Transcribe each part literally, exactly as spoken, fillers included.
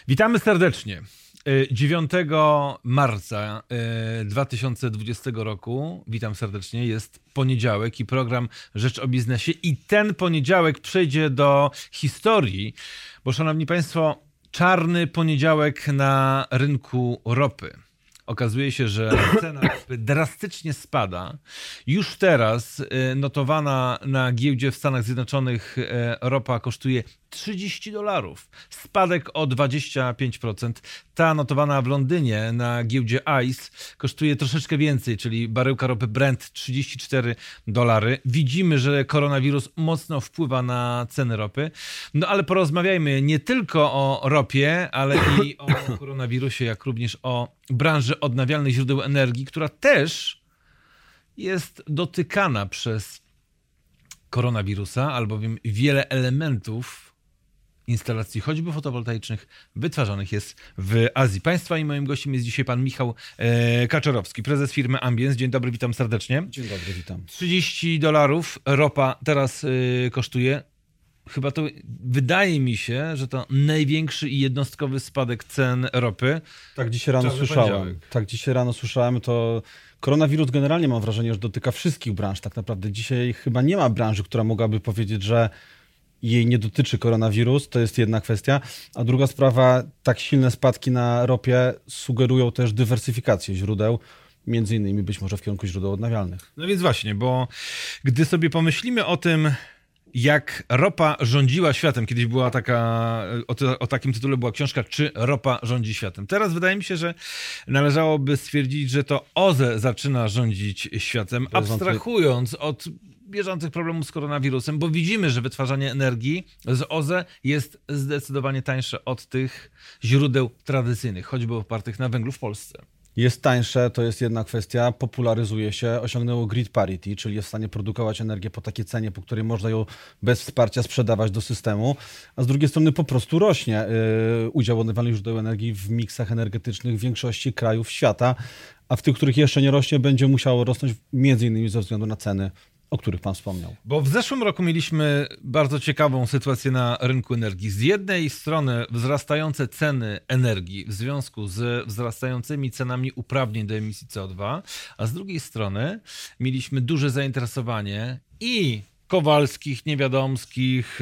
Witamy serdecznie. dziewiątego marca dwa tysiące dwudziestego roku, witam serdecznie, jest poniedziałek i program Rzecz o Biznesie i ten poniedziałek przejdzie do historii, bo szanowni państwo, czarny poniedziałek na rynku ropy. Okazuje się, że cena ropy drastycznie spada. Już teraz notowana na giełdzie w Stanach Zjednoczonych ropa kosztuje trzydzieści dolarów. Spadek o dwadzieścia pięć procent. Ta notowana w Londynie na giełdzie I C E kosztuje troszeczkę więcej, czyli baryłka ropy Brent trzydzieści cztery dolary. Widzimy, że koronawirus mocno wpływa na ceny ropy. No ale porozmawiajmy nie tylko o ropie, ale i o koronawirusie, jak również o branży odnawialnych źródeł energii, która też jest dotykana przez koronawirusa, albowiem wiele elementów instalacji choćby fotowoltaicznych wytwarzanych jest w Azji. Państwa i moim gościem jest dzisiaj pan Michał e, Kaczorowski, prezes firmy Ambience. Dzień dobry, witam serdecznie. Dzień dobry, witam. trzydzieści dolarów ropa teraz e, kosztuje. Chyba to wydaje mi się, że to największy i jednostkowy spadek cen ropy. Tak dzisiaj rano słyszałem. Tak dzisiaj rano słyszałem, to koronawirus generalnie mam wrażenie, że dotyka wszystkich branż. Tak naprawdę dzisiaj chyba nie ma branży, która mogłaby powiedzieć, że jej nie dotyczy koronawirus, to jest jedna kwestia. A druga sprawa, tak silne spadki na ropie sugerują też dywersyfikację źródeł, między innymi być może w kierunku źródeł odnawialnych. No więc właśnie, bo gdy sobie pomyślimy o tym, jak ropa rządziła światem, kiedyś była taka, o, to, o takim tytule była książka, czy ropa rządzi światem. Teraz wydaje mi się, że należałoby stwierdzić, że to O Z E zaczyna rządzić światem, abstrahując od bieżących problemów z koronawirusem, bo widzimy, że wytwarzanie energii z O Z E jest zdecydowanie tańsze od tych źródeł tradycyjnych, choćby opartych na węglu w Polsce. Jest tańsze, to jest jedna kwestia, popularyzuje się, osiągnęło grid parity, czyli jest w stanie produkować energię po takiej cenie, po której można ją bez wsparcia sprzedawać do systemu, a z drugiej strony po prostu rośnie yy, udział odnawialnych źródeł energii w miksach energetycznych w większości krajów świata, a w tych, których jeszcze nie rośnie, będzie musiało rosnąć między innymi ze względu na ceny, o których pan wspomniał. Bo w zeszłym roku mieliśmy bardzo ciekawą sytuację na rynku energii. Z jednej strony wzrastające ceny energii w związku z wzrastającymi cenami uprawnień do emisji C O dwa, a z drugiej strony mieliśmy duże zainteresowanie i Kowalskich, Niewiadomskich,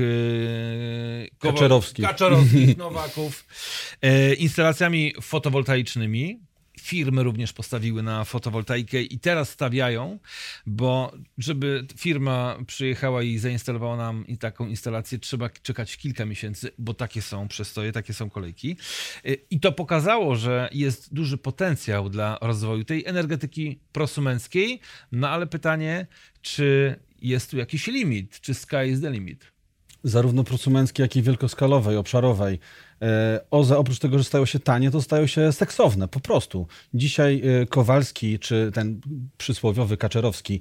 yy, Kowa- Kaczorowskich, Kaczorowskich Nowaków, yy, instalacjami fotowoltaicznymi. Firmy również postawiły na fotowoltaikę i teraz stawiają, bo żeby firma przyjechała i zainstalowała nam taką instalację, trzeba czekać kilka miesięcy, bo takie są przestoje, takie są kolejki. I to pokazało, że jest duży potencjał dla rozwoju tej energetyki prosumenckiej, no ale pytanie, czy jest tu jakiś limit, czy sky is the limit? Zarówno prosumenckiej, jak i wielkoskalowej, obszarowej. O Z E oprócz tego, że stają się tanie, to stają się seksowne, po prostu. Dzisiaj Kowalski, czy ten przysłowiowy Kaczorowski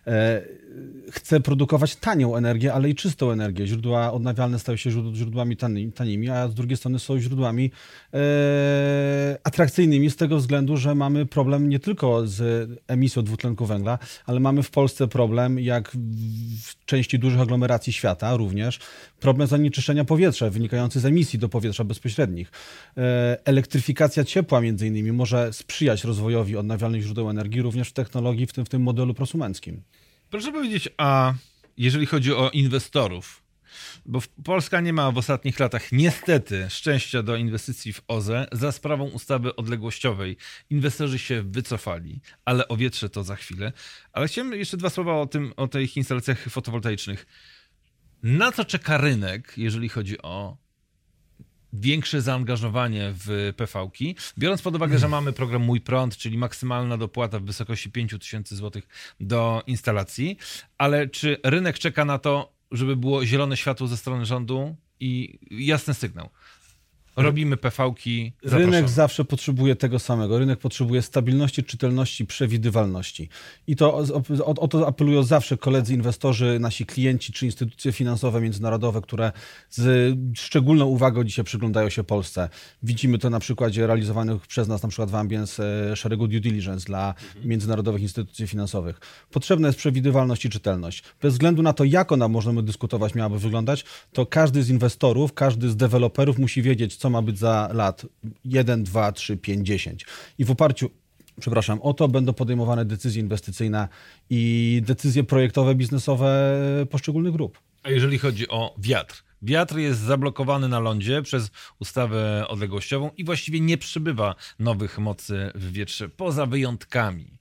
chce produkować tanią energię, ale i czystą energię. Źródła odnawialne stają się źródłami tanimi, a z drugiej strony są źródłami atrakcyjnymi z tego względu, że mamy problem nie tylko z emisją dwutlenku węgla, ale mamy w Polsce problem, jak w części dużych aglomeracji świata również, problem zanieczyszczenia powietrza wynikający z emisji do powietrza bezpośrednich. Elektryfikacja ciepła między innymi może sprzyjać rozwojowi odnawialnych źródeł energii również w technologii, w tym, w tym modelu prosumenckim. Proszę powiedzieć, a jeżeli chodzi o inwestorów, bo Polska nie ma w ostatnich latach niestety szczęścia do inwestycji w O Z E za sprawą ustawy odległościowej. Inwestorzy się wycofali, ale o wietrze to za chwilę. Ale chciałem jeszcze dwa słowa o tym, o tych instalacjach fotowoltaicznych. Na co czeka rynek, jeżeli chodzi o większe zaangażowanie w P V-ki, biorąc pod uwagę, że mamy program Mój Prąd, czyli maksymalna dopłata w wysokości pięć tysięcy złotych do instalacji, ale czy rynek czeka na to, żeby było zielone światło ze strony rządu i jasny sygnał? Robimy P V-ki, zapraszamy. Rynek zawsze potrzebuje tego samego. Rynek potrzebuje stabilności, czytelności, przewidywalności. I to o, o, o to apelują zawsze koledzy inwestorzy, nasi klienci czy instytucje finansowe międzynarodowe, które z szczególną uwagą dzisiaj przyglądają się Polsce. Widzimy to na przykładzie realizowanych przez nas na przykład w Ambience szeregu due diligence dla mhm. międzynarodowych instytucji finansowych. Potrzebna jest przewidywalność i czytelność. Bez względu na to, jak ona, możemy dyskutować, miałaby wyglądać, to każdy z inwestorów, każdy z deweloperów musi wiedzieć, co ma być za lat jeden, dwa, trzy, pięć, dziesięć. I w oparciu Przepraszam, o to będą podejmowane decyzje inwestycyjne i decyzje projektowe, biznesowe poszczególnych grup. A jeżeli chodzi o wiatr? Wiatr jest zablokowany na lądzie przez ustawę odległościową i właściwie nie przybywa nowych mocy w wietrze, poza wyjątkami.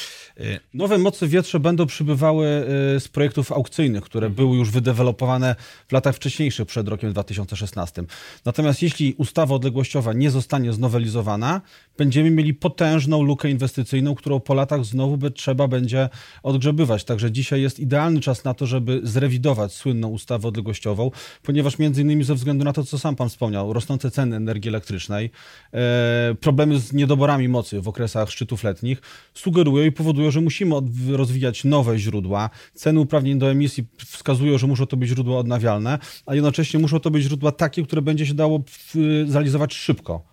Nowe moce w wietrze będą przybywały z projektów aukcyjnych, które były już wydevelopowane w latach wcześniejszych, przed rokiem dwa tysiące szesnastym. Natomiast jeśli ustawa odległościowa nie zostanie znowelizowana, będziemy mieli potężną lukę inwestycyjną, którą po latach znowu by trzeba będzie odgrzebywać. Także dzisiaj jest idealny czas na to, żeby zrewidować słynną ustawę odległościową, ponieważ między innymi ze względu na to, co sam pan wspomniał, rosnące ceny energii elektrycznej, e, problemy z niedoborami mocy w okresach szczytów letnich sugerują i powodują, że musimy rozwijać nowe źródła. Ceny uprawnień do emisji wskazują, że muszą to być źródła odnawialne, a jednocześnie muszą to być źródła takie, które będzie się dało zrealizować szybko.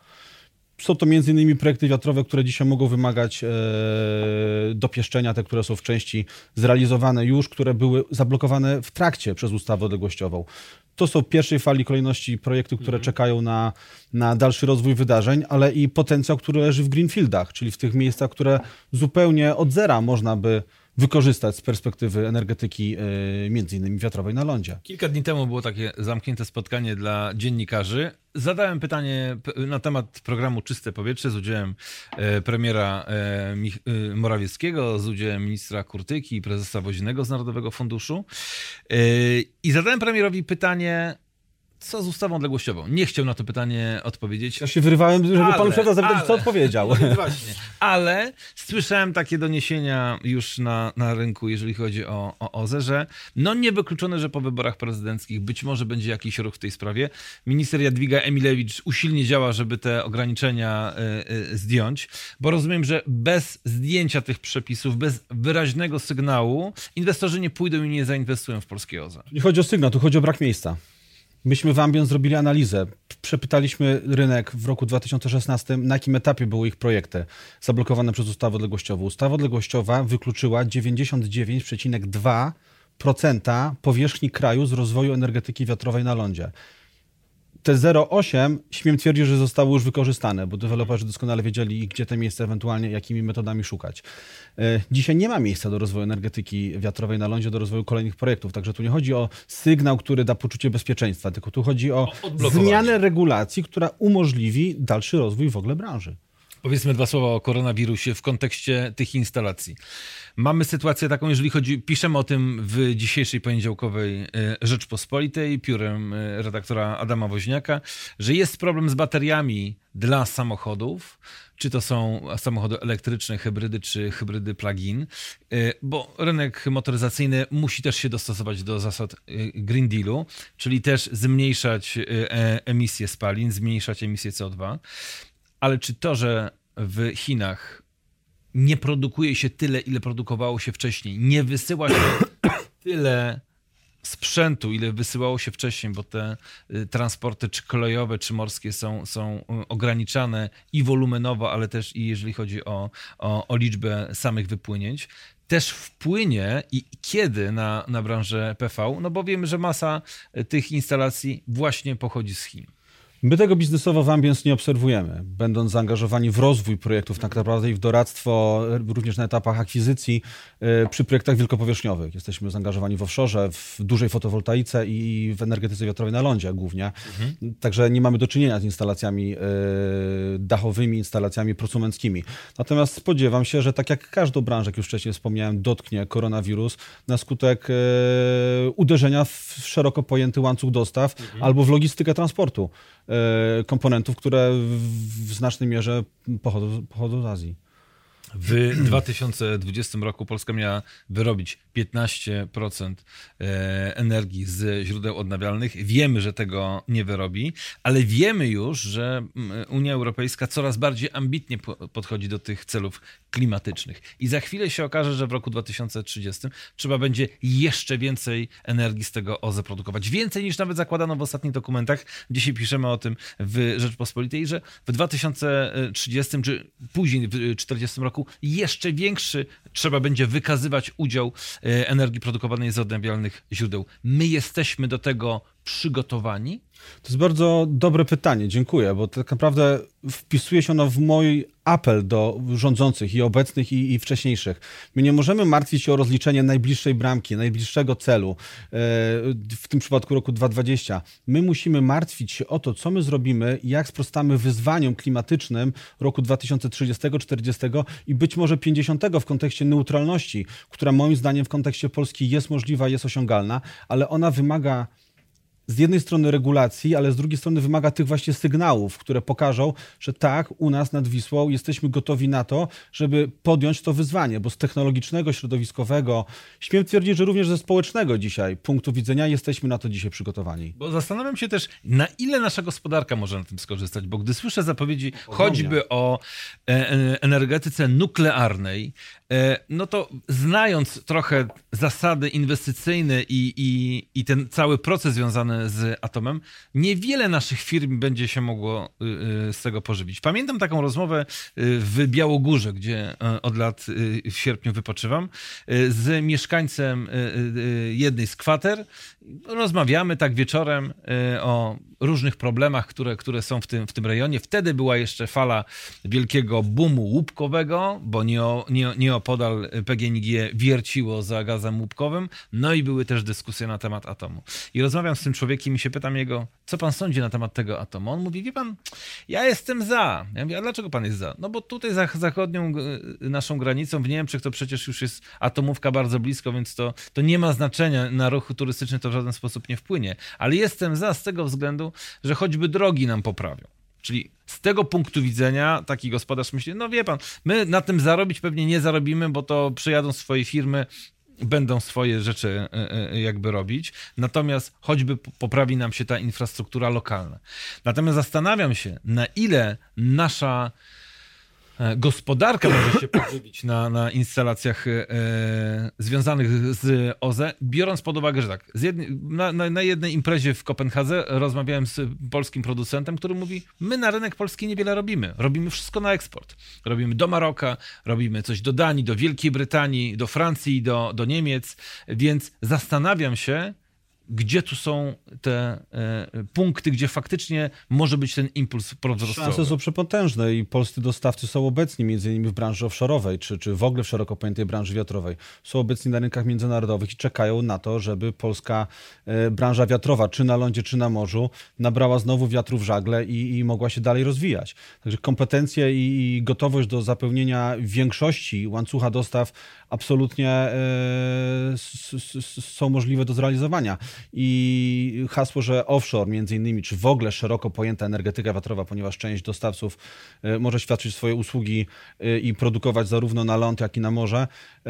Są to między innymi projekty wiatrowe, które dzisiaj mogą wymagać e, dopieszczenia, te, które są w części zrealizowane już, które były zablokowane w trakcie przez ustawę odległościową. To są w pierwszej fali kolejności projekty, które mhm. czekają na, na dalszy rozwój wydarzeń, ale i potencjał, który leży w greenfieldach, czyli w tych miejscach, które zupełnie od zera można by wykorzystać z perspektywy energetyki yy, między innymi wiatrowej na lądzie. Kilka dni temu było takie zamknięte spotkanie dla dziennikarzy. Zadałem pytanie na temat programu Czyste Powietrze z udziałem e, premiera e, Mich- e, Morawieckiego, z udziałem ministra Kurtyki i prezesa Woźnego z Narodowego Funduszu. E, I zadałem premierowi pytanie, co z ustawą odległościową? Nie chciał na to pytanie odpowiedzieć. Ja się wyrywałem, żeby ale, panu przeda zapytać, ale, co odpowiedział. No właśnie. Ale słyszałem takie doniesienia już na, na rynku, jeżeli chodzi o, o O Z E, że no niewykluczone, że po wyborach prezydenckich być może będzie jakiś ruch w tej sprawie. Minister Jadwiga Emilewicz usilnie działa, żeby te ograniczenia y, y, zdjąć, bo rozumiem, że bez zdjęcia tych przepisów, bez wyraźnego sygnału inwestorzy nie pójdą i nie zainwestują w polskie O Z E. Nie chodzi o sygnał, tu chodzi o brak miejsca. Myśmy w Ambion zrobili analizę. Przepytaliśmy rynek w roku dwa tysiące szesnastym, na jakim etapie były ich projekty zablokowane przez ustawę odległościową. Ustawa odległościowa wykluczyła dziewięćdziesiąt dziewięć przecinek dwa procent powierzchni kraju z rozwoju energetyki wiatrowej na lądzie. Te zero przecinek osiem śmiem twierdzić, że zostały już wykorzystane, bo deweloperzy doskonale wiedzieli, gdzie te miejsca ewentualnie, jakimi metodami szukać. Dzisiaj nie ma miejsca do rozwoju energetyki wiatrowej na lądzie, do rozwoju kolejnych projektów. Także tu nie chodzi o sygnał, który da poczucie bezpieczeństwa, tylko tu chodzi o, o zmianę regulacji, która umożliwi dalszy rozwój w ogóle branży. Powiedzmy dwa słowa o koronawirusie w kontekście tych instalacji. Mamy sytuację taką, jeżeli chodzi, piszemy o tym w dzisiejszej poniedziałkowej Rzeczpospolitej piórem redaktora Adama Woźniaka, że jest problem z bateriami dla samochodów, czy to są samochody elektryczne, hybrydy, czy hybrydy plug-in, bo rynek motoryzacyjny musi też się dostosować do zasad Green Dealu, czyli też zmniejszać emisję spalin, zmniejszać emisję C O dwa. Ale czy to, że w Chinach nie produkuje się tyle, ile produkowało się wcześniej, nie wysyła się tyle sprzętu, ile wysyłało się wcześniej, bo te transporty czy kolejowe, czy morskie są, są ograniczane i wolumenowo, ale też i jeżeli chodzi o, o, o liczbę samych wypłynięć, też wpłynie i kiedy na, na branżę P V, no bo wiemy, że masa tych instalacji właśnie pochodzi z Chin. My tego biznesowo w Ambience nie obserwujemy, będąc zaangażowani w rozwój projektów tak naprawdę i w doradztwo również na etapach akwizycji przy projektach wielkopowierzchniowych. Jesteśmy zaangażowani w offshore, w dużej fotowoltaice i w energetyce wiatrowej na lądzie głównie. Mhm. Także nie mamy do czynienia z instalacjami dachowymi, instalacjami prosumenckimi. Natomiast spodziewam się, że tak jak każdą branżę, jak już wcześniej wspomniałem, dotknie koronawirus na skutek uderzenia w szeroko pojęty łańcuch dostaw mhm. albo w logistykę transportu komponentów, które w znacznej mierze pochodzą, pochodzą z Azji. W dwa tysiące dwudziestym roku Polska miała wyrobić piętnaście procent energii z źródeł odnawialnych. Wiemy, że tego nie wyrobi, ale wiemy już, że Unia Europejska coraz bardziej ambitnie podchodzi do tych celów klimatycznych. I za chwilę się okaże, że w roku dwa tysiące trzydziestym trzeba będzie jeszcze więcej energii z tego O Z E produkować. Więcej niż nawet zakładano w ostatnich dokumentach. Dzisiaj piszemy o tym w Rzeczpospolitej, że w dwa tysiące trzydziestym czy później w czterdziestym roku jeszcze większy trzeba będzie wykazywać udział energii produkowanej z odnawialnych źródeł. My jesteśmy do tego przygotowani? To jest bardzo dobre pytanie, dziękuję, bo tak naprawdę wpisuje się ono w mój apel do rządzących i obecnych, i, i wcześniejszych. My nie możemy martwić się o rozliczenie najbliższej bramki, najbliższego celu, w tym przypadku roku dwa tysiące dwudziestego. My musimy martwić się o to, co my zrobimy i jak sprostamy wyzwaniom klimatycznym roku dwa tysiące trzydziestego, czterdziestego i być może pięćdziesiątego w kontekście neutralności, która moim zdaniem w kontekście Polski jest możliwa, jest osiągalna, ale ona wymaga z jednej strony regulacji, ale z drugiej strony wymaga tych właśnie sygnałów, które pokażą, że tak, u nas nad Wisłą jesteśmy gotowi na to, żeby podjąć to wyzwanie, bo z technologicznego, środowiskowego, śmiem twierdzić, że również ze społecznego dzisiaj punktu widzenia jesteśmy na to dzisiaj przygotowani. Bo zastanawiam się też, na ile nasza gospodarka może na tym skorzystać, bo gdy słyszę zapowiedzi choćby o energetyce nuklearnej, no to znając trochę zasady inwestycyjne i, i, i ten cały proces związany z atomem, niewiele naszych firm będzie się mogło z tego pożywić. Pamiętam taką rozmowę w Białogórze, gdzie od lat w sierpniu wypoczywam, z mieszkańcem jednej z kwater. Rozmawiamy tak wieczorem o różnych problemach, które, które są w tym, w tym rejonie. Wtedy była jeszcze fala wielkiego boomu łupkowego, bo nie, o, nie, nieopodal P G N G wierciło za gazem łupkowym. No i były też dyskusje na temat atomu. I rozmawiam z tym człowiekiem i się pytam jego, co pan sądzi na temat tego atomu? On mówi, wie pan, ja jestem za. Ja mówię, a dlaczego pan jest za? No bo tutaj za zachodnią naszą granicą w Niemczech to przecież już jest atomówka bardzo blisko, więc to, to nie ma znaczenia, na ruch turystyczny to w żaden sposób nie wpłynie. Ale jestem za z tego względu, że choćby drogi nam poprawią. Czyli z tego punktu widzenia taki gospodarz myśli, no wie pan, my na tym zarobić pewnie nie zarobimy, bo to przyjadą swoje firmy, będą swoje rzeczy jakby robić, natomiast choćby poprawi nam się ta infrastruktura lokalna. Natomiast zastanawiam się, na ile nasza gospodarka może się pożywić na, na instalacjach e, związanych z O Z E, biorąc pod uwagę, że tak, z jednej, na, na, na jednej imprezie w Kopenhadze rozmawiałem z polskim producentem, który mówi, my na rynek polski niewiele robimy. Robimy wszystko na eksport. Robimy do Maroka, robimy coś do Danii, do Wielkiej Brytanii, do Francji, do, do Niemiec, więc zastanawiam się, gdzie tu są te e, punkty, gdzie faktycznie może być ten impuls wzrostowy. Szanse są przepotężne i polscy dostawcy są obecni między innymi w branży offshore'owej, czy, czy w ogóle w szeroko pojętej branży wiatrowej. Są obecni na rynkach międzynarodowych i czekają na to, żeby polska e, branża wiatrowa, czy na lądzie, czy na morzu, nabrała znowu wiatru w żagle i, i mogła się dalej rozwijać. Także kompetencje i, i gotowość do zapełnienia większości łańcucha dostaw absolutnie e, s, s, są możliwe do zrealizowania. I hasło, że offshore między innymi, czy w ogóle szeroko pojęta energetyka wiatrowa, ponieważ część dostawców może świadczyć swoje usługi i produkować zarówno na ląd, jak i na morze,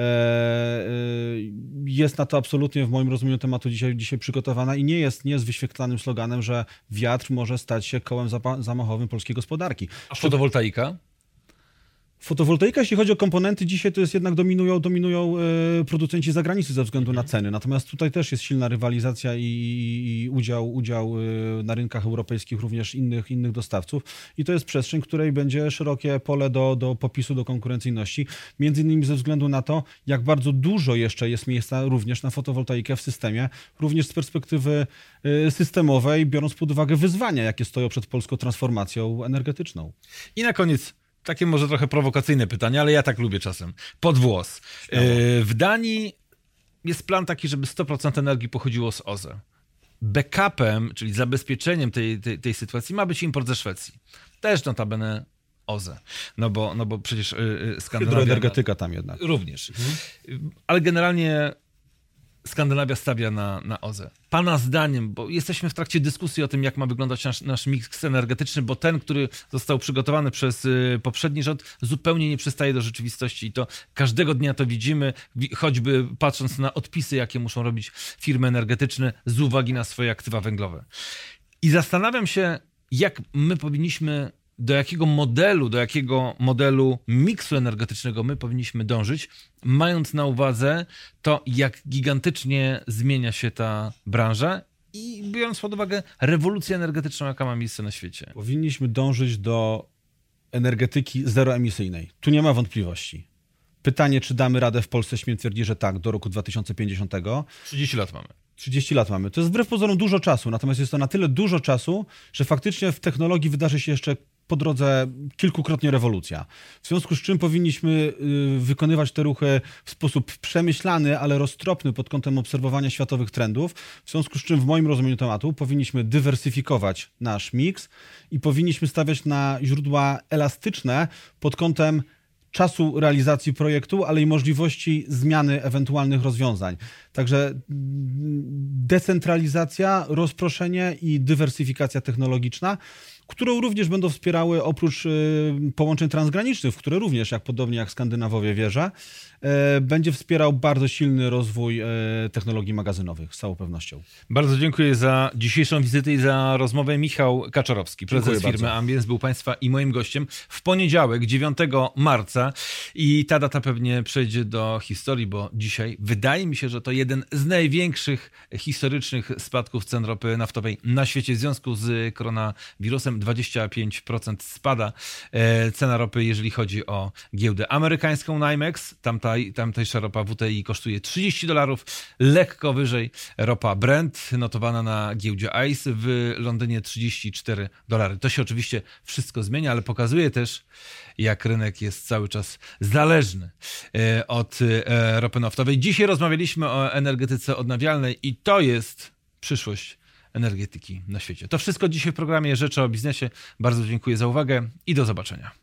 jest na to absolutnie w moim rozumieniu tematu dzisiaj, dzisiaj przygotowana i nie jest, nie jest wyświetlanym sloganem, że wiatr może stać się kołem zamachowym polskiej gospodarki. A fotowoltaika? Fotowoltaika, jeśli chodzi o komponenty, dzisiaj to jest jednak dominują, dominują e, producenci z zagranicy ze względu na ceny. Natomiast tutaj też jest silna rywalizacja i, i udział, udział e, na rynkach europejskich również innych, innych dostawców. I to jest przestrzeń, której będzie szerokie pole do, do popisu, do konkurencyjności. Między innymi ze względu na to, jak bardzo dużo jeszcze jest miejsca również na fotowoltaikę w systemie, również z perspektywy e, systemowej, biorąc pod uwagę wyzwania, jakie stoją przed polską transformacją energetyczną. I na koniec takie może trochę prowokacyjne pytanie, ale ja tak lubię czasem. Pod włos. Śmiało. W Danii jest plan taki, żeby sto procent energii pochodziło z O Z E. Backupem, czyli zabezpieczeniem tej, tej, tej sytuacji ma być import ze Szwecji. Też notabene O Z E. No bo, no bo przecież Skandynawia... Hydroenergetyka tam jednak. Również. Mhm. Ale generalnie Skandynawia stawia na, na O Z E. Pana zdaniem, bo jesteśmy w trakcie dyskusji o tym, jak ma wyglądać nasz, nasz miks energetyczny, bo ten, który został przygotowany przez y, poprzedni rząd, zupełnie nie przystaje do rzeczywistości i to każdego dnia to widzimy, choćby patrząc na odpisy, jakie muszą robić firmy energetyczne z uwagi na swoje aktywa węglowe. I zastanawiam się, jak my powinniśmy, do jakiego modelu, do jakiego modelu miksu energetycznego my powinniśmy dążyć, mając na uwadze to, jak gigantycznie zmienia się ta branża i biorąc pod uwagę rewolucję energetyczną, jaka ma miejsce na świecie. Powinniśmy dążyć do energetyki zeroemisyjnej. Tu nie ma wątpliwości. Pytanie, czy damy radę w Polsce, śmiem twierdzić, że tak, do roku dwa tysiące pięćdziesiątego. trzydzieści lat mamy. trzydzieści lat mamy. To jest wbrew pozorom dużo czasu, natomiast jest to na tyle dużo czasu, że faktycznie w technologii wydarzy się jeszcze po drodze kilkukrotnie rewolucja. W związku z czym powinniśmy wykonywać te ruchy w sposób przemyślany, ale roztropny pod kątem obserwowania światowych trendów. W związku z czym w moim rozumieniu tematu powinniśmy dywersyfikować nasz miks i powinniśmy stawiać na źródła elastyczne pod kątem czasu realizacji projektu, ale i możliwości zmiany ewentualnych rozwiązań. Także decentralizacja, rozproszenie i dywersyfikacja technologiczna, którą również będą wspierały oprócz y, połączeń transgranicznych, w które również, jak podobnie jak Skandynawowie wierzę, y, będzie wspierał bardzo silny rozwój y, technologii magazynowych, z całą pewnością. Bardzo dziękuję za dzisiejszą wizytę i za rozmowę. Michał Kaczorowski, prezes Dziękuję firmy bardzo. Ambience, był Państwa i moim gościem w poniedziałek, dziewiątego marca, i ta data pewnie przejdzie do historii, bo dzisiaj wydaje mi się, że to jeden z największych historycznych spadków cen ropy naftowej na świecie w związku z koronawirusem. dwadzieścia pięć procent spada e, cena ropy, jeżeli chodzi o giełdę amerykańską NYMEX. Tamta, tamtejsza ropa W T I kosztuje trzydzieści dolarów, lekko wyżej ropa Brent, notowana na giełdzie I C E w Londynie trzydzieści cztery dolary. To się oczywiście wszystko zmienia, ale pokazuje też, jak rynek jest cały czas zależny e, od e, ropy naftowej. Dzisiaj rozmawialiśmy o energetyce odnawialnej i to jest przyszłość energetyki na świecie. To wszystko dzisiaj w programie Rzeczy o Biznesie. Bardzo dziękuję za uwagę i do zobaczenia.